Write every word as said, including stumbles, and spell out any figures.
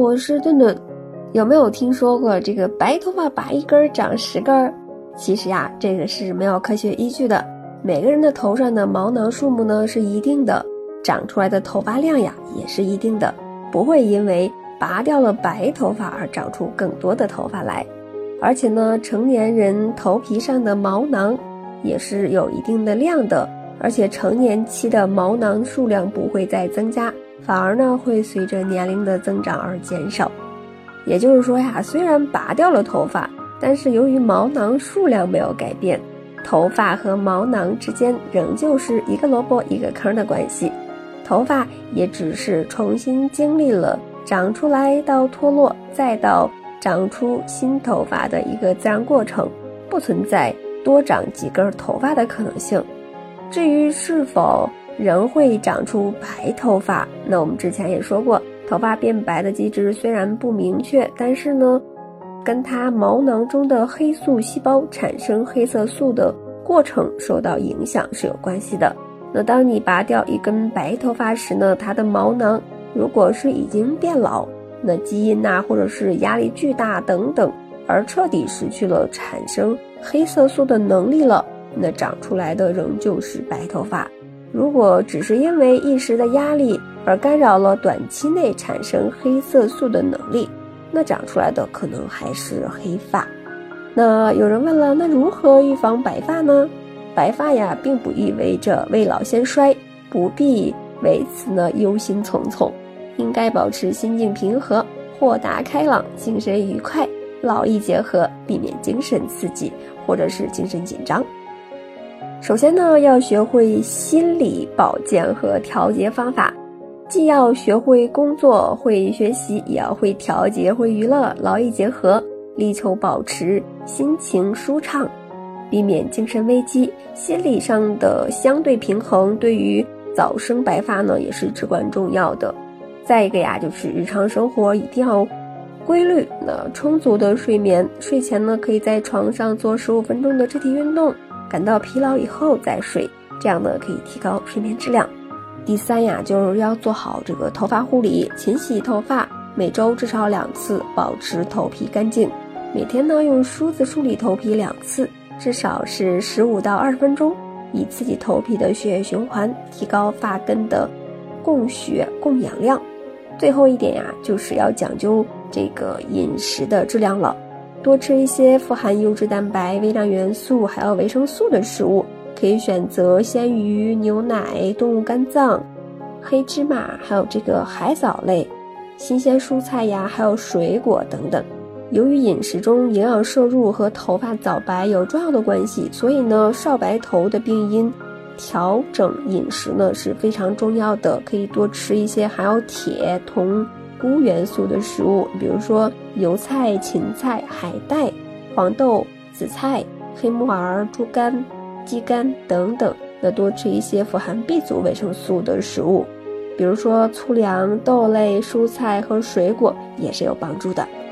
我是顿顿。有没有听说过这个白头发拔一根长十根？其实呀，这个是没有科学依据的。每个人的头上的毛囊数目呢是一定的，长出来的头发量呀也是一定的，不会因为拔掉了白头发而长出更多的头发来。而且呢，成年人头皮上的毛囊也是有一定的量的，而且成年期的毛囊数量不会再增加，反而呢会随着年龄的增长而减少。也就是说呀，虽然拔掉了头发，但是由于毛囊数量没有改变，头发和毛囊之间仍旧是一个萝卜一个坑的关系，头发也只是重新经历了长出来到脱落再到长出新头发的一个自然过程，不存在多长几根头发的可能性。至于是否人会长出白头发，那我们之前也说过，头发变白的机制虽然不明确，但是呢跟它毛囊中的黑素细胞产生黑色素的过程受到影响是有关系的。那当你拔掉一根白头发时呢，它的毛囊如果是已经变老，那基因啊或者是压力巨大等等，而彻底失去了产生黑色素的能力了，那长出来的仍旧是白头发。如果只是因为一时的压力而干扰了短期内产生黑色素的能力，那长出来的可能还是黑发。那有人问了，那如何预防白发呢？白发呀并不意味着未老先衰，不必为此呢忧心忡忡，应该保持心境平和，豁达开朗，精神愉快，劳逸结合，避免精神刺激或者是精神紧张。首先呢，要学会心理保健和调节方法，既要学会工作，会学习，也要会调节，会娱乐，劳逸结合，力求保持心情舒畅，避免精神危机。心理上的相对平衡对于早生白发呢也是至关重要的。再一个呀，就是日常生活一定要规律，那充足的睡眠，睡前呢可以在床上做十五分钟的肢体运动，感到疲劳以后再睡，这样呢可以提高睡眠质量。第三呀，就是要做好这个头发护理，勤洗头发，每周至少两次，保持头皮干净。每天呢用梳子梳理头皮两次，至少是十五到二十分钟，以刺激头皮的血液循环，提高发根的供血供氧量。最后一点呀，就是要讲究这个饮食的质量了，多吃一些富含优质蛋白、微量元素还有维生素的食物，可以选择鲜鱼、牛奶、动物肝脏、黑芝麻，还有这个海藻类、新鲜蔬菜呀，还有水果等等。由于饮食中营养摄入和头发早白有重要的关系，所以呢少白头的病因调整饮食呢是非常重要的，可以多吃一些含有铁、铜、钴元素的食物，比如说油菜、芹菜、海带、黄豆、紫菜、黑木耳、猪肝、鸡肝等等。那多吃一些富含 B 族维生素的食物，比如说粗粮、豆类、蔬菜和水果也是有帮助的。